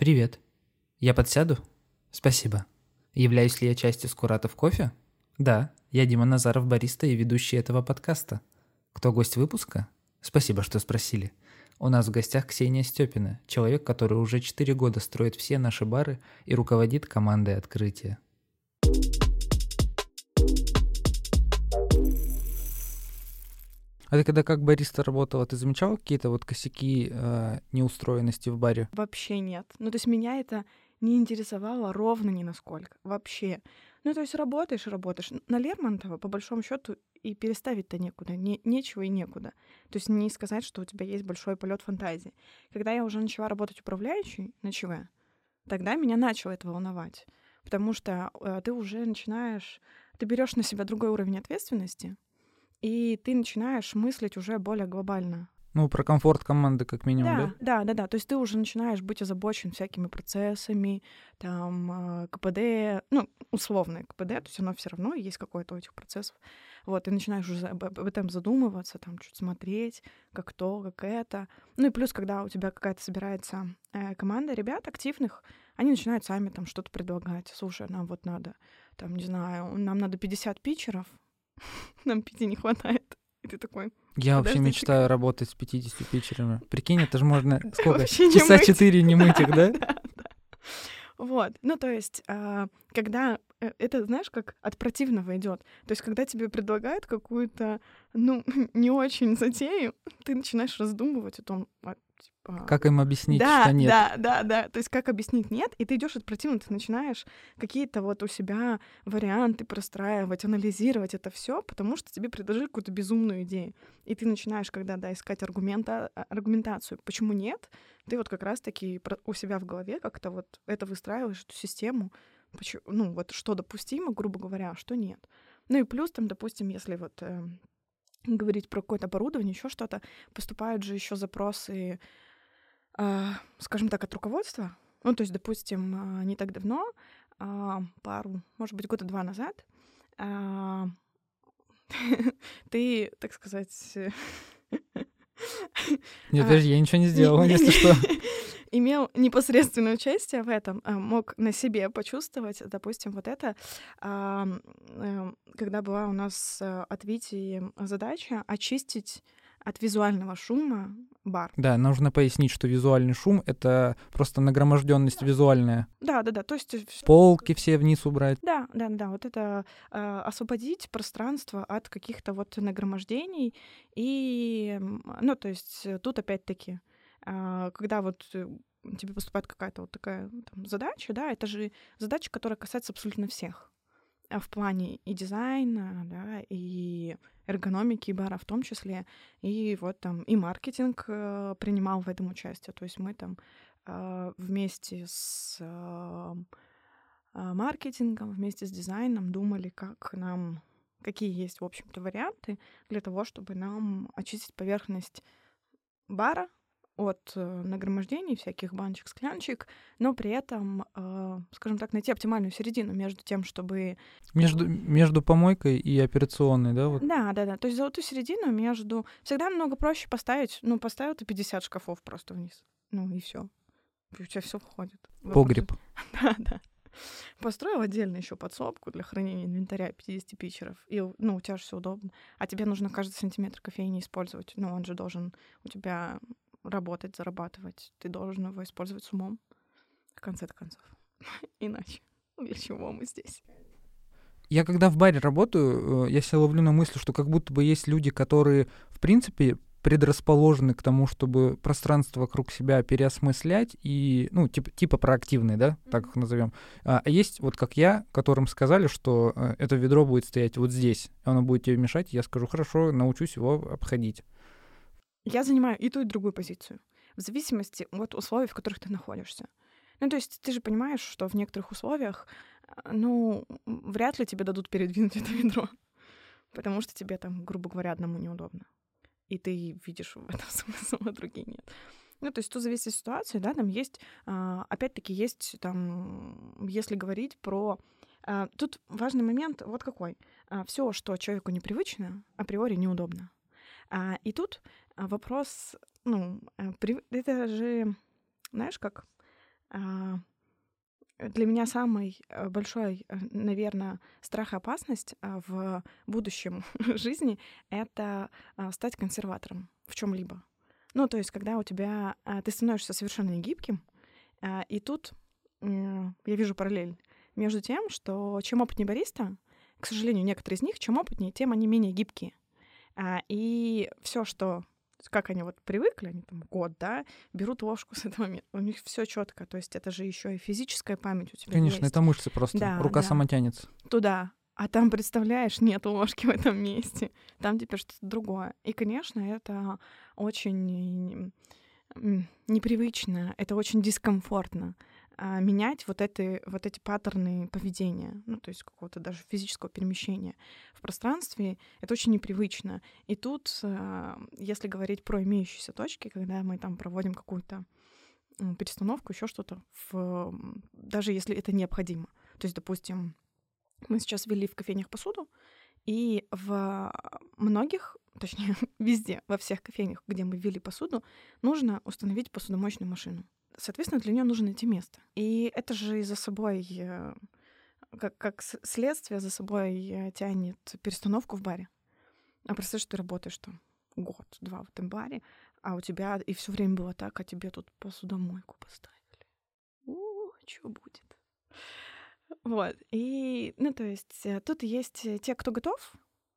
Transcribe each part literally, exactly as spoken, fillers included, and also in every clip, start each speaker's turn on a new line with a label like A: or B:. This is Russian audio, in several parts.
A: Привет. Я подсяду? Спасибо. Являюсь ли я частью Скуратов кофе? Да, я Дима Назаров, бариста и ведущий этого подкаста. Кто гость выпуска? Спасибо, что спросили. У нас в гостях Ксения Степина, человек, который уже четыре года строит все наши бары и руководит командой открытия. А ты когда как бариста работала, ты замечала какие-то вот косяки э, неустроенности в баре?
B: Вообще нет. Ну, то есть меня это не интересовало ровно ни насколько. Вообще. Ну, то есть работаешь и работаешь. На Лермонтова, по большому счету, и переставить-то некуда. Не, нечего и некуда. То есть не сказать, что у тебя есть большой полет фантазии. Когда я уже начала работать управляющей на ЧВ, тогда меня начало это волновать. Потому что э, ты уже начинаешь... Ты берешь на себя другой уровень ответственности, и ты начинаешь мыслить уже более глобально.
A: Ну, про комфорт команды как минимум, да?
B: Да, да, да, да. То есть ты уже начинаешь быть озабочен всякими процессами, там, э, КПД, ну, условное КПД, то есть оно все равно есть какое-то у этих процессов. Вот, ты начинаешь уже об, об этом задумываться, там, чуть смотреть, как то, как это. Ну и плюс, когда у тебя какая-то собирается э, команда ребят активных, они начинают сами там что-то предлагать. Слушай, нам вот надо, там, не знаю, нам надо пятьдесят питчеров, нам пяти не хватает. И ты такой...
A: Я вообще
B: Подождите-ка.
A: мечтаю работать с пятьюдесятью питчерами. Прикинь, это же можно сколько?
B: Вообще не
A: Часа
B: мыть.
A: четыре не мыть их, да?
B: Да, да. Вот. Ну, то есть, а, когда э, это, знаешь, как от противного идет. То есть, когда тебе предлагают какую-то, ну, не очень затею, ты начинаешь раздумывать о том, а, типа...
A: Как им объяснить,
B: Да,
A: что нет?
B: да, да, да. То есть, как объяснить нет, и ты идешь от противного, ты начинаешь какие-то вот у себя варианты простраивать, анализировать это все, потому что тебе предложили какую-то безумную идею. И ты начинаешь, когда, да, искать аргумента, а, аргументацию, почему нет, ты вот как раз-таки про- у себя в голове как-то вот это выстраиваешь, эту систему, почему, ну, вот что допустимо, грубо говоря, а что нет. Ну и плюс там, допустим, если вот э, говорить про какое-то оборудование, еще что-то, поступают же еще запросы, а, скажем так, от руководства. Ну, то есть, допустим, а, не так давно, а, пару, может быть, года два назад, а, ты, так сказать...
A: Нет,
B: а,
A: подожди, я ничего не
B: не-
A: сделал,
B: не-
A: если что.
B: имел непосредственное участие в этом, а, мог на себе почувствовать, допустим, вот это, а, м, э, когда была у нас э, от Вити задача очистить от визуального шума бар.
A: Да, нужно пояснить, что визуальный шум — это просто нагроможденность визуальная.
B: Да, да, да, то есть... э, всё-
A: Полки все вниз убрать.
B: Да, да, да, вот это э, освободить пространство от каких-то вот нагромождений. И, м, ну, то есть э, тут опять-таки, а, когда вот э, тебе поступает какая-то вот такая там задача, да, это же задача, которая касается абсолютно всех. А в плане и дизайна, да, и эргономики бара в том числе, и вот там и маркетинг э, принимал в этом участие. То есть мы там э, вместе с э, а, маркетингом, вместе с дизайном думали, как нам, какие есть, в общем-то, варианты для того, чтобы нам очистить поверхность бара от э, нагромождений всяких баночек, скляночек, но при этом, э, скажем так, найти оптимальную середину между тем, чтобы...
A: Между, между помойкой и операционной, да, вот?
B: Да, да, да, то есть золотую середину между... Всегда намного проще поставить, ну, поставил ты пятьдесят шкафов просто вниз, ну, и все. У тебя все входит.
A: Погреб.
B: Да, да. Построил отдельно еще подсобку для хранения инвентаря пятьдесят питчеров. И, ну, у тебя же все удобно. А тебе нужно каждый сантиметр кофейни использовать. Ну, он же должен у тебя работать, зарабатывать. Ты должен его использовать с умом. В конце-то концов. Иначе. Для чего мы здесь?
A: Я когда в баре работаю, э, я себя ловлю на мысли, что как будто бы есть люди, которые, в принципе, предрасположены к тому, чтобы пространство вокруг себя переосмыслять и, ну, типа, типа проактивные, да, так их назовем. А а есть вот как я, которым сказали, что э, это ведро будет стоять вот здесь, оно будет тебе мешать, я скажу, хорошо, научусь его обходить.
B: Я занимаю и ту, и другую позицию. В зависимости от условий, в которых ты находишься. Ну, то есть ты же понимаешь, что в некоторых условиях, а, ну, м, вряд ли тебе дадут передвинуть это ведро. Потому что тебе там, грубо говоря, одному неудобно. И ты видишь в этом смысл, а другие нет. Ну, то есть тут зависит от ситуации, да, там есть, а, опять-таки, есть там, если говорить про... а, Тут важный момент вот какой. Все, что человеку непривычно, априори неудобно. А, И тут а, вопрос, ну, а, при- это же, знаешь, как А, Для меня самый э, большой, наверное, страх и опасность а, в будущем жизни — это а, стать консерватором в чем либо. Ну, то есть, когда у тебя а, ты становишься совершенно негибким, а, и тут м, я вижу параллель между тем, что чем опытнее бариста, к сожалению, некоторые из них, чем опытнее, тем они менее гибкие. А, и все, что как они вот привыкли, они там год, да, берут ложку с этого места. У них все четко. То есть это же еще и физическая память у тебя
A: Конечно,
B: есть.
A: это мышцы просто.
B: Да,
A: Рука
B: да.
A: сама тянется.
B: Туда. А там, представляешь, нет ложки в этом месте. Там теперь что-то другое. И, конечно, это очень м, непривычно, это очень дискомфортно а, менять вот, эти, вот эти паттерны поведения, ну, то есть какого-то даже физического перемещения в пространстве. Это очень непривычно. И тут, а, если говорить про имеющиеся точки, когда мы там проводим какую-то м, перестановку, еще что-то, в, м, даже если это необходимо. То есть, допустим, мы сейчас ввели в кофейнях посуду, и в многих, точнее, везде, во всех кофейнях, где мы ввели посуду, нужно установить посудомоечную машину. Соответственно, для нее нужно найти место. И это же за собой, э, как, как с- следствие, за собой э, тянет перестановку в баре. А представляешь, ты работаешь там год-два в этом баре, а у тебя и все время было так, а тебе тут посудомойку поставили. У, что будет? Вот. И, ну, то есть э, тут есть э, те, кто готов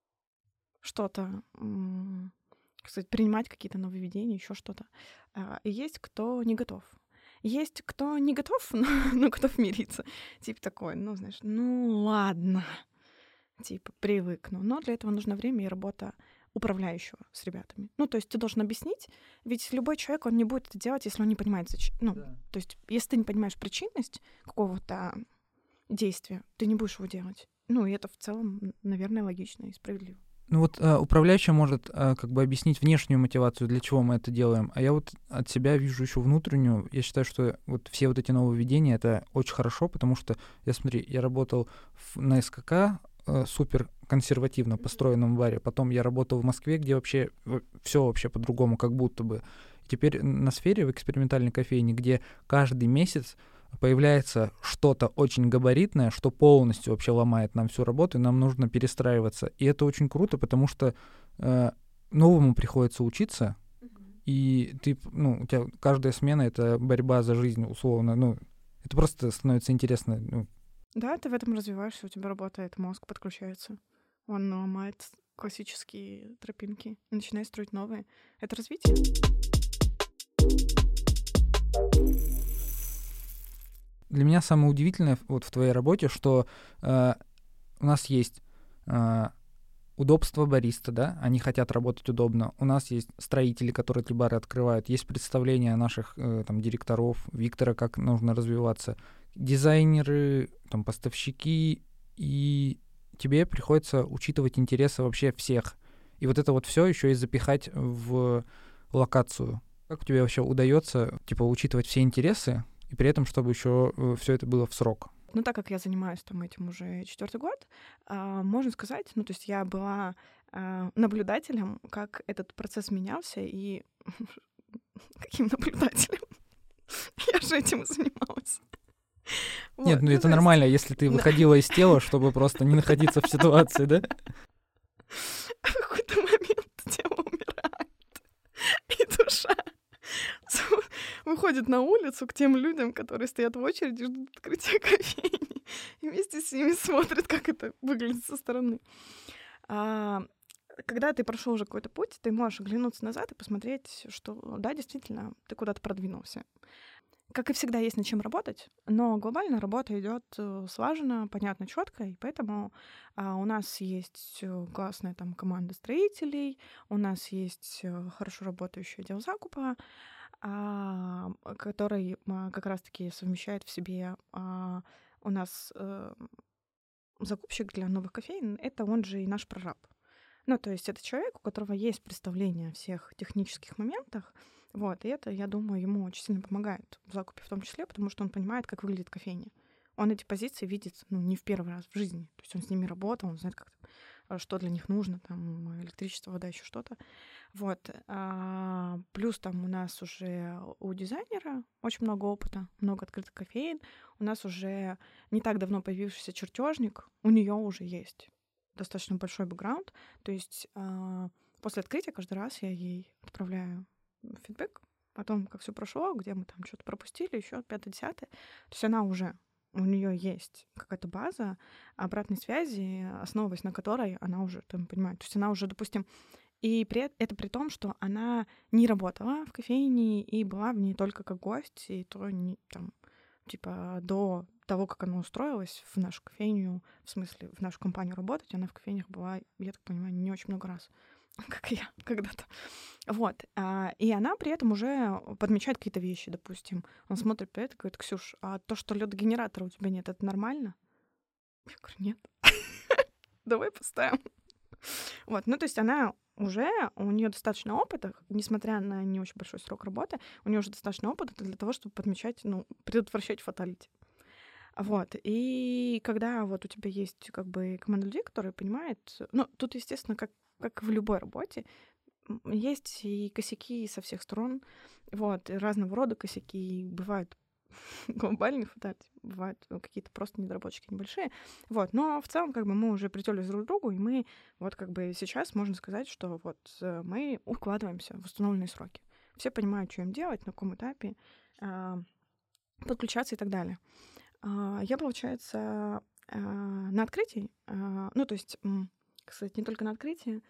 B: что-то, м, кстати, принимать какие-то нововведения, еще что-то. А, И есть кто не готов. Есть кто не готов, но, но готов мириться. Типа такой, ну, знаешь, ну ладно, типа привыкну. Но для этого нужно время и работа управляющего с ребятами. Ну, то есть ты должен объяснить, ведь любой человек, он не будет это делать, если он не понимает, зачем. Ну,
A: Да.
B: то есть если ты не понимаешь причинность какого-то действия, ты не будешь его делать. Ну, и это в целом, н- наверное, логично и справедливо.
A: Ну вот э, управляющая может э, как бы объяснить внешнюю мотивацию, для чего мы это делаем, а я вот от себя вижу еще внутреннюю. Я считаю, что вот все вот эти нововведения — это очень хорошо, потому что, я смотри, я работал в- на СКК, э, супер консервативно построенном баре, потом я работал в Москве, где вообще все вообще по-другому, как будто бы. Теперь на сфере в экспериментальной кофейне, где каждый месяц появляется что-то очень габаритное, что полностью вообще ломает нам всю работу, и нам нужно перестраиваться. И это очень круто, потому что э, новому приходится учиться, и ты, ну, у тебя каждая смена — это борьба за жизнь, условно. Ну, это просто становится интересно. Ну,
B: Да, ты в этом развиваешься, у тебя работает мозг, подключается. Он ломает классические тропинки и начинает строить новые. Это развитие.
A: для меня самое удивительное вот в твоей работе, что э, у нас есть э, удобство бариста, да, они хотят работать удобно. У нас есть строители, которые эти бары открывают, есть представление наших э, там директоров, Виктора, как нужно развиваться, дизайнеры, там поставщики, и тебе приходится учитывать интересы вообще всех. И вот это вот все еще и запихать в локацию. Как у тебя вообще удается, типа, учитывать все интересы, и при этом, чтобы еще все это было в срок?
B: Ну, так как я занимаюсь там этим уже четвертый год, а, можно сказать, ну, то есть я была а, наблюдателем, как этот процесс менялся, и каким наблюдателем? Я же этим и занималась.
A: Нет,
B: Вот,
A: ну
B: ну,
A: это
B: то есть,
A: нормально, если ты
B: да.
A: выходила из тела, чтобы просто не находиться в ситуации, да?
B: В какой-то момент тело умирает, и душа с- выходит на улицу к тем людям, которые стоят в очереди, ждут открытия кофейни, и вместе с ними смотрят, как это выглядит со стороны. А, Когда ты прошел уже какой-то путь, ты можешь оглянуться назад и посмотреть, что да, действительно, ты куда-то продвинулся. Как и всегда, есть над чем работать, но глобально работа идет э, слаженно, понятно, четко, и поэтому а, у нас есть э, классная там команда строителей, у нас есть э, хорошо работающий отдел закупа, а, который а, как раз-таки совмещает в себе а, у нас э, закупщик для новых кофеин, это он же и наш прораб. Ну, то есть это человек, у которого есть представление о всех технических моментах, вот, и это, я думаю, ему очень сильно помогает в закупе в том числе, потому что он понимает, как выглядит кофейня. Он эти позиции видит, ну, не в первый раз в жизни. То есть он с ними работал, он знает, как что для них нужно, там электричество, вода, еще что-то. Вот. А, плюс там у нас уже у дизайнера очень много опыта, много открытых кофеин. У нас уже не так давно появившийся чертежник, у нее уже есть достаточно большой бэкграунд. То есть а, после открытия каждый раз я ей отправляю фидбэк о том, как все прошло, где мы там что-то пропустили, еще пятое-десятое. То есть она уже, у нее есть какая-то база обратной связи, основываясь на которой она уже там понимает. То есть она уже, допустим, и при, это при том, что она не работала в кофейне и была в ней только как гость, и то не там, типа, до того, как она устроилась в нашу кофейню, в смысле, в нашу компанию работать, она в кофейнях была, я так понимаю, не очень много раз, как и я когда-то. Вот. А, и она при этом уже подмечает какие-то вещи, допустим. Он смотрит по это и говорит: Ксюш, а то, что лёдогенератора у тебя нет, это нормально? Я говорю: нет. Давай поставим. Вот. Ну, то есть она уже, у нее достаточно опыта, несмотря на не очень большой срок работы, у нее уже достаточно опыта для того, чтобы подмечать, ну, предотвращать фаталити. Вот. И когда вот у тебя есть как бы команда людей, которые понимают... Ну, тут, естественно, как, как в любой работе, есть и косяки со всех сторон, вот, и разного рода косяки. Бывают глобальные фаталити, бывают какие-то просто недоработчики небольшие. Вот. Но в целом как бы мы уже притёрлись друг к другу, и мы вот как бы сейчас можно сказать, что вот мы укладываемся в установленные сроки. Все понимают, что им делать, на каком этапе подключаться и так далее. Я, получается, на открытии, ну, то есть, как сказать, не только на открытии,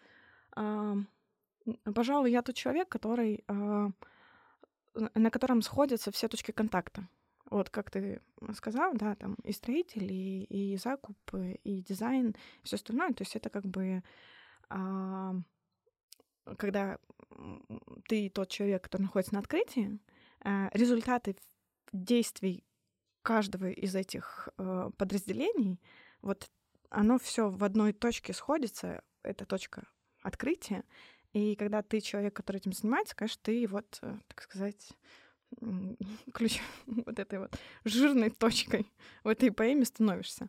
B: пожалуй, я тот человек, который, на котором сходятся все точки контакта. Вот как ты сказал, да, там и строитель, и, и закуп, и дизайн, все остальное. То есть это как бы, когда ты тот человек, который находится на открытии, результаты действий каждого из этих э, подразделений, вот оно все в одной точке сходится, это точка открытия. И когда ты человек, который этим занимается, конечно, ты вот, э, так сказать, ключ вот этой вот жирной точкой в этой поэме становишься.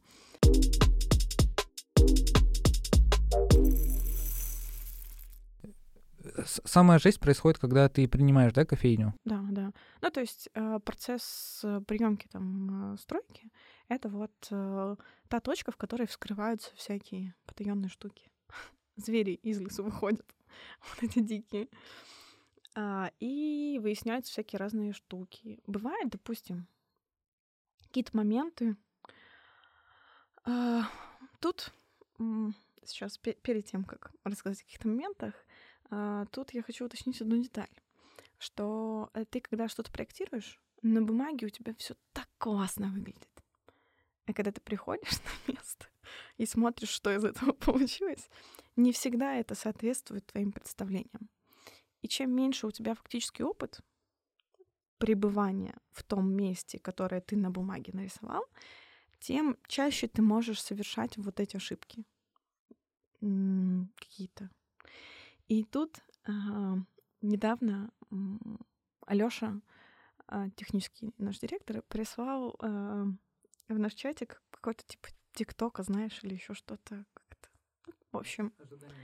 A: Самая жесть происходит, когда ты принимаешь, да, кофейню?
B: Да, да. Ну, то есть э, процесс приемки там э, стройки — это вот э, та точка, в которой вскрываются всякие потаённые штуки. Звери из лесу выходят, вот эти дикие. А, и выясняются всякие разные штуки. Бывает, допустим, какие-то моменты. А, тут м, сейчас пе- перед тем, как рассказать о каких-то моментах, а, тут я хочу уточнить одну деталь, что э, ты, когда что-то проектируешь, на бумаге у тебя все так классно выглядит. А когда ты приходишь на место и смотришь, что из этого получилось, не всегда это соответствует твоим представлениям. И чем меньше у тебя фактический опыт пребывания в том месте, которое ты на бумаге нарисовал, тем чаще ты можешь совершать вот эти ошибки м- какие-то. И тут а, недавно м, Алёша, а, технический наш директор, прислал а, в наш чатик какой-то типа ТикТока, знаешь, или еще что-то. Как-то. В общем,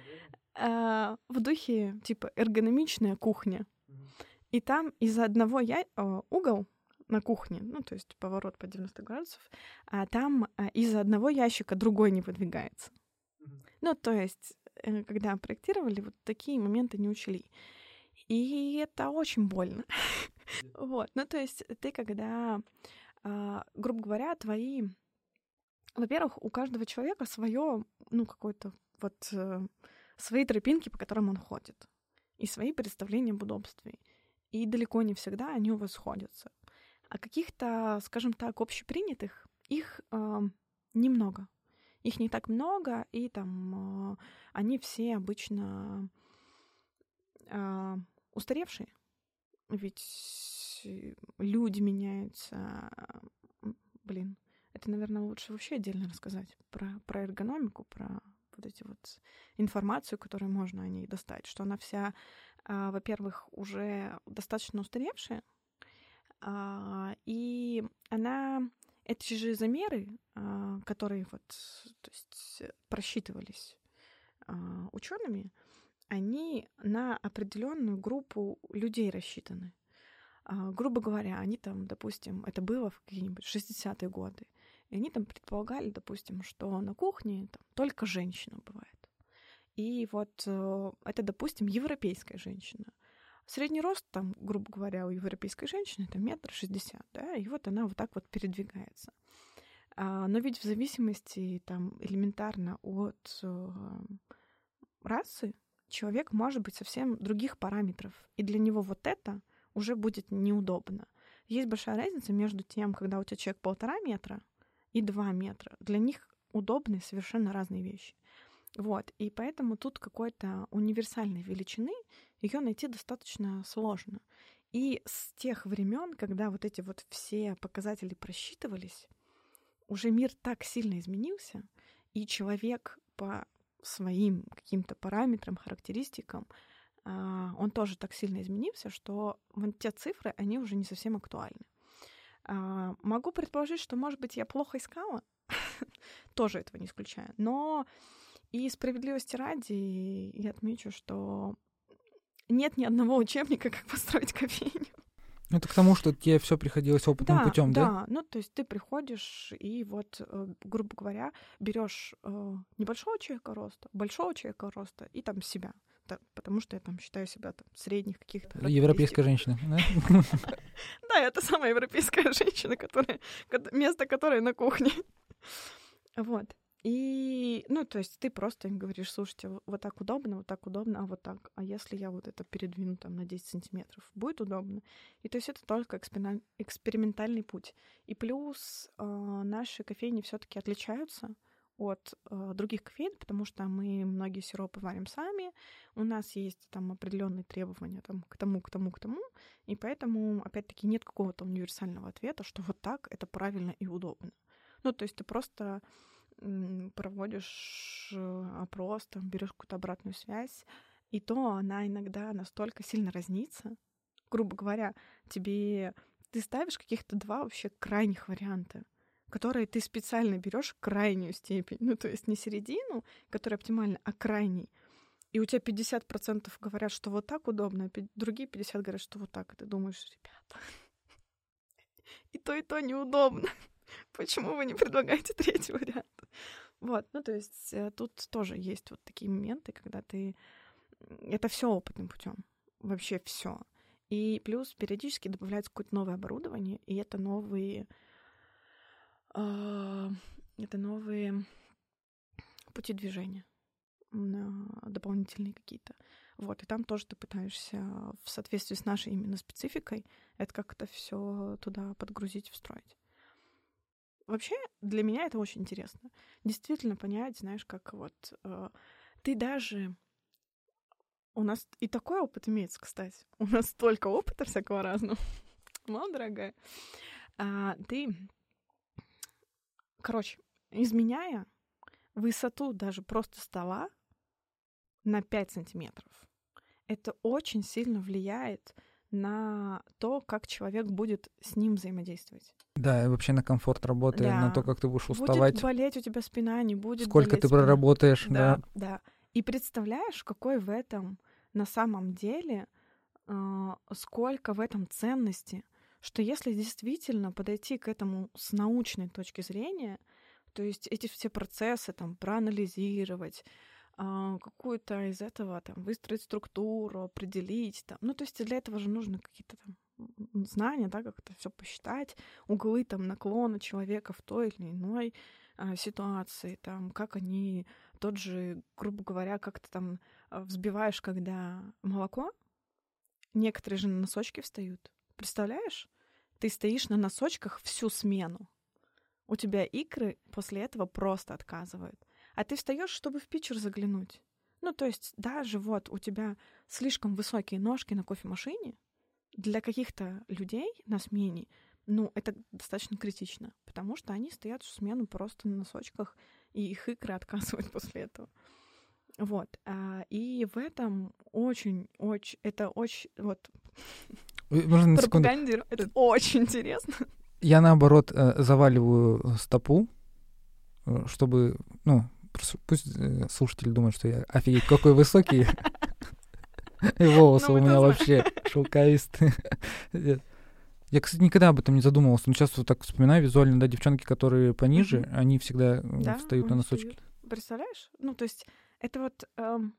B: а, в духе типа эргономичная кухня. И там из-за одного я... а, угол на кухне, ну, то есть поворот по девяносто градусов, а там а, из-за одного ящика другой не выдвигается. Ну, то есть, э, когда проектировали, вот такие моменты не учли. И это очень больно. Вот. Ну, то есть ты, когда, а, грубо говоря, твои... Во-первых, у каждого человека свое, ну, какое-то вот э, свои тропинки, по которым он ходит, и свои представления об удобстве. И далеко не всегда они у вас сходятся. А каких-то, скажем так, общепринятых, их э, немного. Их не так много, и там э, они все обычно э, устаревшие. Ведь люди меняются. Блин, это, наверное, лучше вообще отдельно рассказать про, про эргономику, про вот эти вот информацию, которую можно о ней достать, что она вся, а, во-первых, уже достаточно устаревшая, а, и она, эти же замеры, а, которые вот, то есть, просчитывались а, учеными, они на определенную группу людей рассчитаны. А, грубо говоря, они там, допустим, это было в какие-нибудь шестидесятые годы, и они там предполагали, допустим, что на кухне там только женщина бывает. И вот э, это, допустим, европейская женщина. Средний рост, там, грубо говоря, у европейской женщины это метр шестьдесят, да, и вот она вот так вот передвигается. А, но ведь в зависимости там элементарно от э, расы человек может быть совсем других параметров, и для него вот это уже будет неудобно. Есть большая разница между тем, когда у тебя человек полтора метра и два метра. Для них удобны совершенно разные вещи. Вот, и поэтому тут какой-то универсальной величины ее найти достаточно сложно. И с тех времен, когда вот эти вот все показатели просчитывались, уже мир так сильно изменился, и человек по своим каким-то параметрам, характеристикам, он тоже так сильно изменился, что вот те цифры, они уже не совсем актуальны. Могу предположить, что, может быть, я плохо искала, тоже этого не исключаю, но и справедливости ради я отмечу, что нет ни одного учебника, как построить кофейню.
A: Это к тому, что тебе все приходилось опытным
B: да,
A: путем, да?
B: Да, ну то есть ты приходишь и вот, грубо говоря, берешь небольшого человека роста, большого человека роста и там себя. Потому что я там считаю себя там средних каких-то...
A: Европейская женщина, да?
B: Да, это самая европейская женщина, которая, место которой на кухне. Вот. И, ну, то есть ты просто им говоришь, слушайте, вот так удобно, вот так удобно, а вот так. А если я вот это передвину там на десять сантиметров, будет удобно? И то есть это только экспериментальный путь. И плюс э, наши кофейни все-таки отличаются от э, других кофеин, потому что мы многие сиропы варим сами, у нас есть там определенные требования там, к тому, к тому, к тому, и поэтому, опять-таки, нет какого-то универсального ответа, что вот так это правильно и удобно. Ну, то есть ты просто проводишь опрос, там, берешь какую-то обратную связь, и то она иногда настолько сильно разнится. Грубо говоря, тебе ты ставишь каких-то два вообще крайних варианта, которые ты специально берешь крайнюю степень. Ну, то есть не середину, которая оптимальна, а крайний. И у тебя пятьдесят процентов говорят, что вот так удобно, а другие пятьдесят процентов говорят, что вот так. И ты думаешь, ребята, и то, и то неудобно. Почему вы не предлагаете третий вариант? Вот, ну то есть тут тоже есть вот такие моменты, когда ты... Это все опытным путем, вообще все. И плюс периодически добавляется какое-то новое оборудование, и это новые... Э, это новые пути движения, дополнительные какие-то. Вот, и там тоже ты пытаешься в соответствии с нашей именно спецификой это как-то все туда подгрузить, встроить. Вообще, для меня это очень интересно. Действительно понять, знаешь, как вот... Э, ты даже... У нас и такой опыт имеется, кстати. У нас столько опыта всякого разного. Мама дорогая. А, ты... Короче, изменяя высоту даже просто стола на пять сантиметров, это очень сильно влияет на то, как человек будет с ним взаимодействовать.
A: Да, и вообще на комфорт работы, да. На то, как ты будешь уставать.
B: Будет болеть у тебя спина, не будет
A: Сколько
B: болеть
A: ты
B: спина.
A: проработаешь, да.
B: Да, да. И представляешь, какой в этом на самом деле, э, сколько в этом ценности, что если действительно подойти к этому с научной точки зрения, то есть эти все процессы там проанализировать, какую-то из этого там выстроить структуру, определить там. Ну, то есть для этого же нужны какие-то там знания, да, как это все посчитать, углы там наклона человека в той или иной а, ситуации, там, как они, тот же, грубо говоря, как ты там взбиваешь, когда молоко, некоторые же на носочки встают. Представляешь? Ты стоишь на носочках всю смену. У тебя икры после этого просто отказывают. А ты встаешь, чтобы в питчер заглянуть. Ну, то есть даже вот у тебя слишком высокие ножки на кофемашине, для каких-то людей на смене, ну, это достаточно критично, потому что они стоят всю смену просто на носочках, и их икры отказывают после этого. Вот. И в этом очень-очень... Это очень... Вот...
A: Можно на секунду?
B: Это очень интересно.
A: Я, наоборот, заваливаю стопу, чтобы, ну, Пусть слушатели думают, что я офигеть какой высокий. И волосы у меня вообще шелковистые. Я, кстати, никогда об этом не задумывался. Но сейчас вот так вспоминаю визуально, да, девчонки, которые пониже, mm-hmm. они всегда да, встают на носочки.
B: Встают. Представляешь? Ну, то есть это вот эм,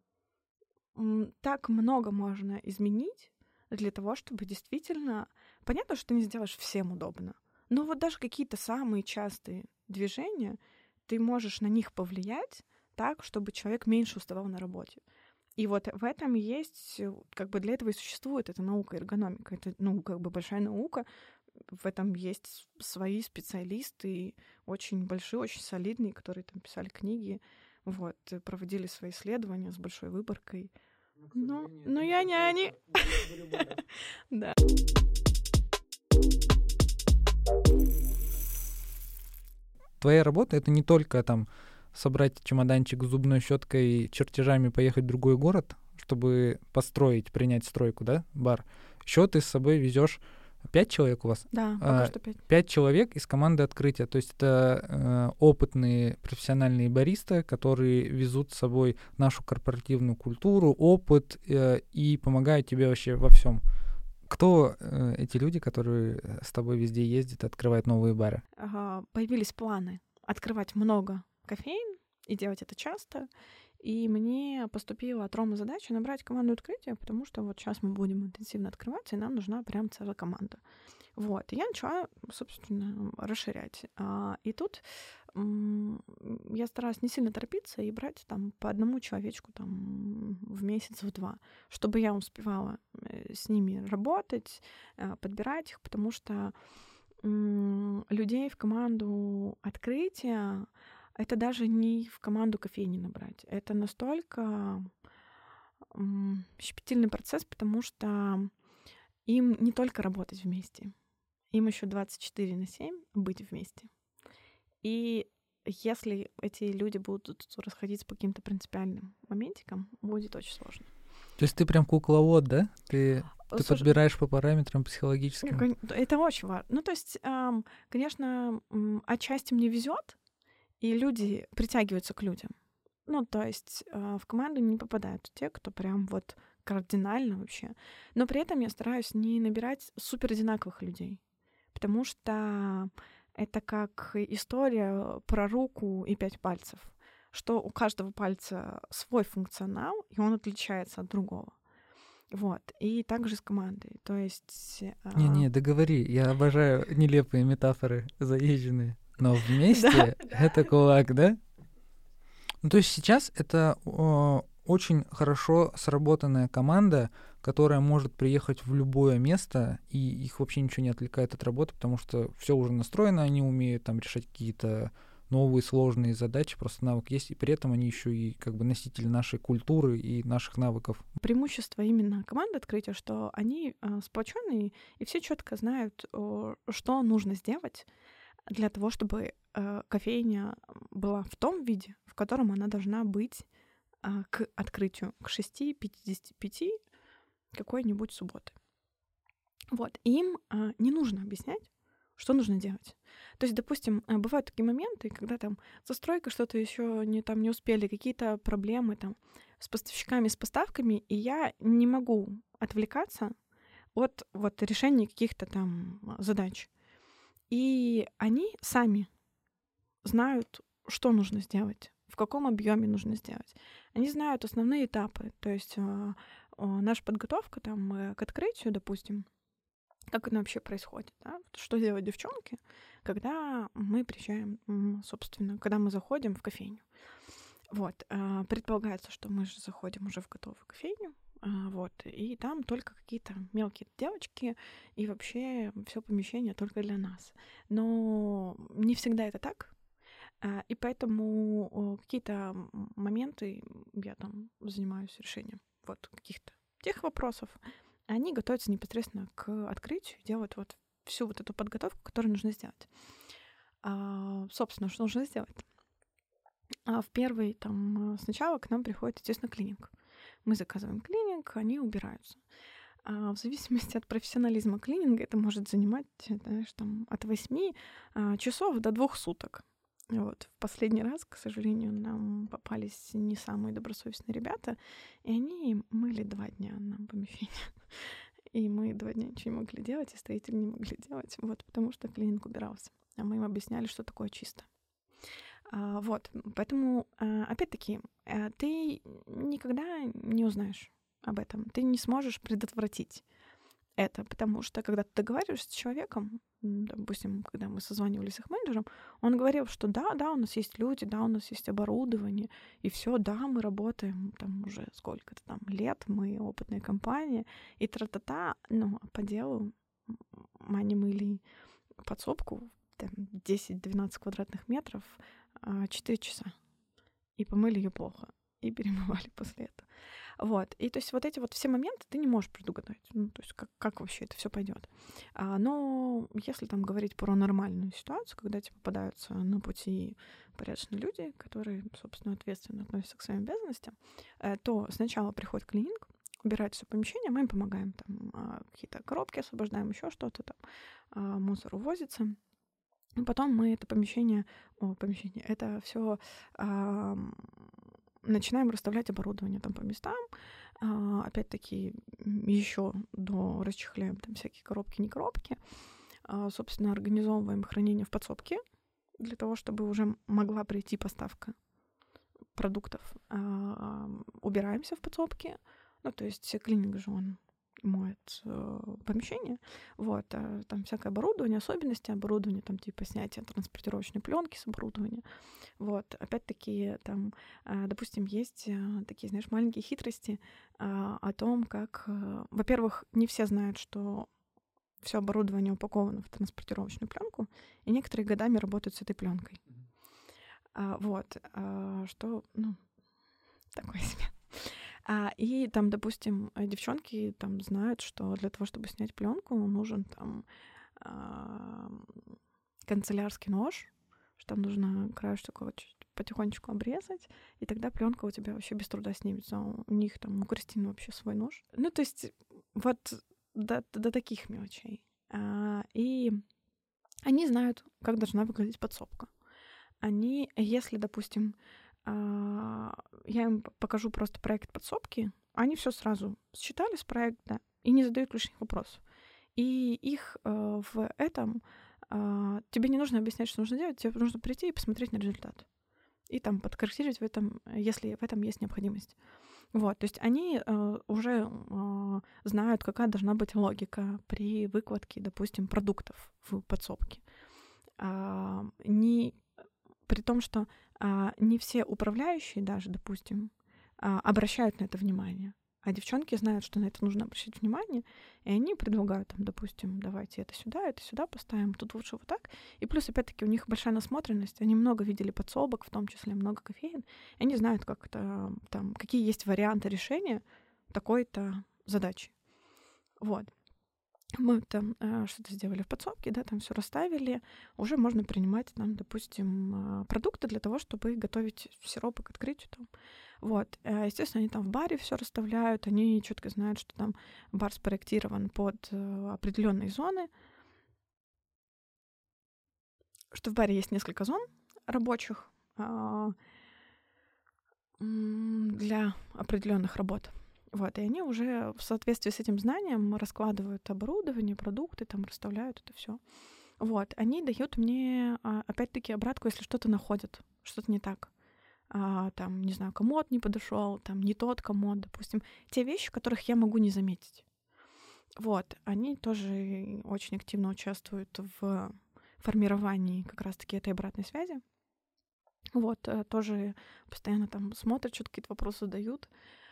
B: так много можно изменить для того, чтобы действительно... Понятно, что ты не сделаешь всем удобно, но вот даже какие-то самые частые движения, ты можешь на них повлиять так, чтобы человек меньше уставал на работе. И вот в этом есть, как бы для этого и существует эта наука эргономика. Это, ну, как бы большая наука. В этом есть свои специалисты, очень большие, очень солидные, которые там писали книги, вот, проводили свои исследования с большой выборкой. Но, но я не они. Да.
A: Твоя работа — это не только там собрать чемоданчик с зубной щеткой и чертежами, поехать в другой город, чтобы построить, принять стройку, да, бар. Еще ты с собой везешь пять человек у вас?
B: Да, пока а, что пять.
A: Пять человек из команды открытия. То есть это э, опытные профессиональные баристы, которые везут с собой нашу корпоративную культуру, опыт э, и помогают тебе вообще во всем. Кто э, эти люди, которые с тобой везде ездят, открывают новые бары?
B: Ага, появились планы открывать много кофеин и делать это часто. И мне поступила от Ромы задача набрать команду открытия, потому что вот сейчас мы будем интенсивно открываться, и нам нужна прям целая команда. Вот. И я начала, собственно, расширять. А, и тут м- я старалась не сильно торопиться и брать там по одному человечку там в месяц, в два, чтобы я успевала с ними работать, подбирать их, потому что м- людей в команду открытия это даже не в команду кофейни набрать. Это настолько м, щепетильный процесс, потому что им не только работать вместе, им еще двадцать четыре на семь быть вместе. И если эти люди будут расходиться по каким-то принципиальным моментикам, будет очень сложно.
A: То есть ты прям кукловод, да? Ты, ты
B: Слушай,
A: подбираешь по параметрам психологическим?
B: Это очень важно. Ну, то есть, конечно, отчасти мне везет, и люди притягиваются к людям. Ну, то есть э, в команду не попадают те, кто прям вот кардинально вообще. Но при этом я стараюсь не набирать супер одинаковых людей, потому что это как история про руку и пять пальцев, что у каждого пальца свой функционал, и он отличается от другого. Вот. И также с командой. То есть... Э...
A: Не-не, договори. Я обожаю нелепые метафоры заезженные. Но вместе это кулак, да? Ну, то есть сейчас это о, очень хорошо сработанная команда, которая может приехать в любое место, и их вообще ничего не отвлекает от работы, потому что все уже настроено, они умеют там решать какие-то новые сложные задачи, просто навык есть, и при этом они еще и как бы носители нашей культуры и наших навыков.
B: Преимущество именно команды открытия, что они э, сплоченные, и все четко знают, э, что нужно сделать для того, чтобы э, кофейня была в том виде, в котором она должна быть э, к открытию, к шести пятидесяти пяти какой-нибудь субботы. Вот. И им э, не нужно объяснять, что нужно делать. То есть, допустим, э, бывают такие моменты, когда там застройка что-то еще не, там, не успели, какие-то проблемы там с поставщиками, с поставками, и я не могу отвлекаться от вот, решения каких-то там задач. И они сами знают, что нужно сделать, в каком объеме нужно сделать. Они знают основные этапы, то есть э, э, наша подготовка там, э, к открытию, допустим, как она вообще происходит, да? Что делают девчонки, когда мы приезжаем, собственно, когда мы заходим в кофейню. Вот, э, предполагается, что мы же заходим уже в готовую кофейню, вот, и там только какие-то мелкие девочки, и вообще все помещение только для нас. Но не всегда это так, и поэтому какие-то моменты я там занимаюсь решением вот каких-то тех вопросов. Они готовятся непосредственно к открытию, делают вот всю вот эту подготовку, которую нужно сделать. А, собственно, что нужно сделать? А в первый там сначала к нам приходит, естественно, клининг. Мы заказываем клининг, они убираются. А в зависимости от профессионализма клининга это может занимать, знаешь, там, от восьми а, часов до двух суток. Вот. В последний раз, к сожалению, нам попались не самые добросовестные ребята, и они мыли два дня нам помещение. И мы два дня ничего не могли делать, и строители не могли делать, вот, потому что клининг убирался. А мы им объясняли, что такое чисто. А, вот, поэтому, а, опять-таки, а, ты никогда не узнаешь об этом, ты не сможешь предотвратить это, потому что когда ты договариваешься с человеком, допустим, когда мы созванивались с их менеджером, он говорил, что да, да, у нас есть люди, да, у нас есть оборудование, и все, да, мы работаем там уже сколько-то там лет, мы опытная компания, и тра-та-та, ну, по делу они мыли подсобку, там, десять-двенадцать квадратных метров, четыре часа, и помыли ее плохо, и перемывали после этого. Вот. И то есть вот эти вот все моменты ты не можешь предугадать. Ну, то есть как, как вообще это все пойдет. А, но если там говорить про нормальную ситуацию, когда тебе попадаются на пути порядочные люди, которые, собственно, ответственно относятся к своим обязанностям, э, то сначала приходит клининг, убирает все помещение, мы им помогаем. Там а, какие-то коробки освобождаем, еще что-то там, а, мусор увозится. Потом мы это помещение, о, помещение, это все а, начинаем расставлять оборудование там по местам. А, опять-таки, еще до расчехляем там всякие коробки, не коробки. А, собственно, организовываем хранение в подсобке для того, чтобы уже могла прийти поставка продуктов. А, убираемся в подсобке. Ну, то есть клининг же он моет э, помещение, вот, а там всякое оборудование, особенности оборудования, там типа снятия транспортировочной пленки с оборудования, вот, опять-таки там, э, допустим, есть э, такие, знаешь, маленькие хитрости э, о том, как, э, во-первых, не все знают, что все оборудование упаковано в транспортировочную пленку, и некоторые годами работают с этой пленкой, а, вот, а, что, ну, такое себе. А, и там, допустим, девчонки там знают, что для того, чтобы снять пленку, нужен там а, канцелярский нож, что там нужно краешек такого чуть потихонечку обрезать, и тогда пленка у тебя вообще без труда снимется. У них там, у Кристины вообще свой нож. Ну, то есть вот до, до таких мелочей. А, и они знают, как должна выглядеть подсобка. Они, если, допустим, я им покажу просто проект подсобки, они все сразу считали с проекта и не задают лишних вопросов. И их э, в этом э, тебе не нужно объяснять, что нужно делать, тебе нужно прийти и посмотреть на результат. И там подкорректировать в этом, если в этом есть необходимость. Вот, то есть они э, уже э, знают, какая должна быть логика при выкладке, допустим, продуктов в подсобке. Э, не, при том, что а, не все управляющие даже, допустим, а, обращают на это внимание. А девчонки знают, что на это нужно обращать внимание, и они предлагают, там, допустим, давайте это сюда, это сюда поставим, тут лучше вот так. И плюс, опять-таки, у них большая насмотренность, они много видели подсобок, в том числе много кофеин, и они знают, как это, там, какие есть варианты решения такой-то задачи. Вот. Мы там э, что-то сделали в подсобке, да, там все расставили. Уже можно принимать, там, допустим, э, продукты для того, чтобы готовить сиропы к открытию. Там. Вот. Э, естественно, они там в баре все расставляют, они четко знают, что там бар спроектирован под э, определенные зоны, что в баре есть несколько зон рабочих э, для определенных работ. Вот, и они уже в соответствии с этим знанием раскладывают оборудование, продукты, там расставляют это все. Вот, они дают мне, опять-таки, обратку, если что-то находят, что-то не так. А, там, не знаю, комод не подошел, там не тот комод, допустим. Те вещи, которых я могу не заметить. Вот, они тоже очень активно участвуют в формировании как раз-таки этой обратной связи. Вот, тоже постоянно там смотрят, что-то какие-то вопросы задают.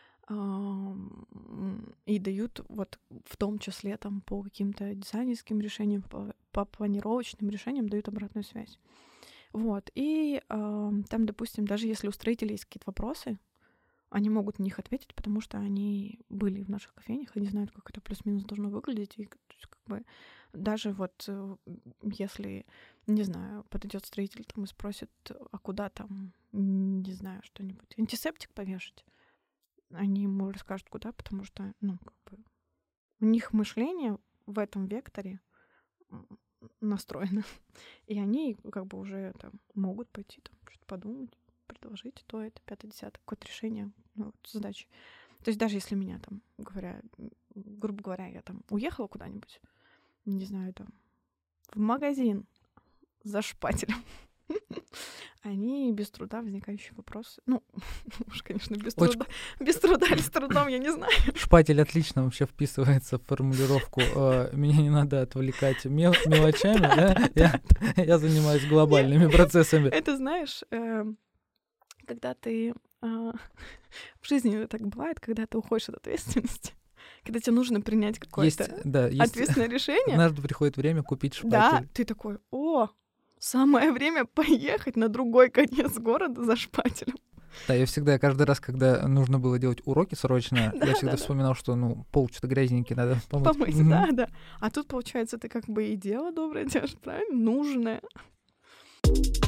B: И дают вот в том числе там по каким-то дизайнерским решениям, по, по планировочным решениям дают обратную связь. Вот. И э, там, допустим, даже если у строителей есть какие-то вопросы, они могут на них ответить, потому что они были в наших кофейнях, они знают, как это плюс-минус должно выглядеть. И как бы даже вот если, не знаю, подойдет строитель там и спросит, а куда там, не знаю, что-нибудь, антисептик повешать, они ему расскажут, куда, потому что, ну, как бы у них мышление в этом векторе настроены. И они как бы уже там могут пойти там что-то подумать, предложить то, это, пятое, десятое, какое-то решение, ну, вот, задачи. То есть даже если меня там, говоря, грубо говоря, я там уехала куда-нибудь, не знаю, там, в магазин за шпателем, они без труда возникающие вопросы. Ну, уж, конечно, без
A: Очень-
B: труда. Без труда или с трудом, я не знаю.
A: Шпатель отлично вообще вписывается в формулировку э, «меня не надо отвлекать мел- мелочами», да? Я, я занимаюсь глобальными процессами.
B: Это, знаешь, э, когда ты... э, в жизни так бывает, когда ты уходишь от ответственности, когда тебе нужно принять
A: Есть,
B: какое-то
A: да, есть.
B: ответственное решение.
A: Однажды приходит время купить
B: Да,
A: шпатель.
B: ты такой: о, самое время поехать на другой конец города за шпателем.
A: Да, я всегда, каждый раз, когда нужно было делать уроки срочно,
B: Да,
A: я всегда
B: да, да.
A: вспоминал, что, ну, пол что-то грязненький, надо помыть.
B: Помыть,
A: Мгм.
B: да, да. А тут, получается, ты как бы и дело доброе делаешь, правильно? Нужное.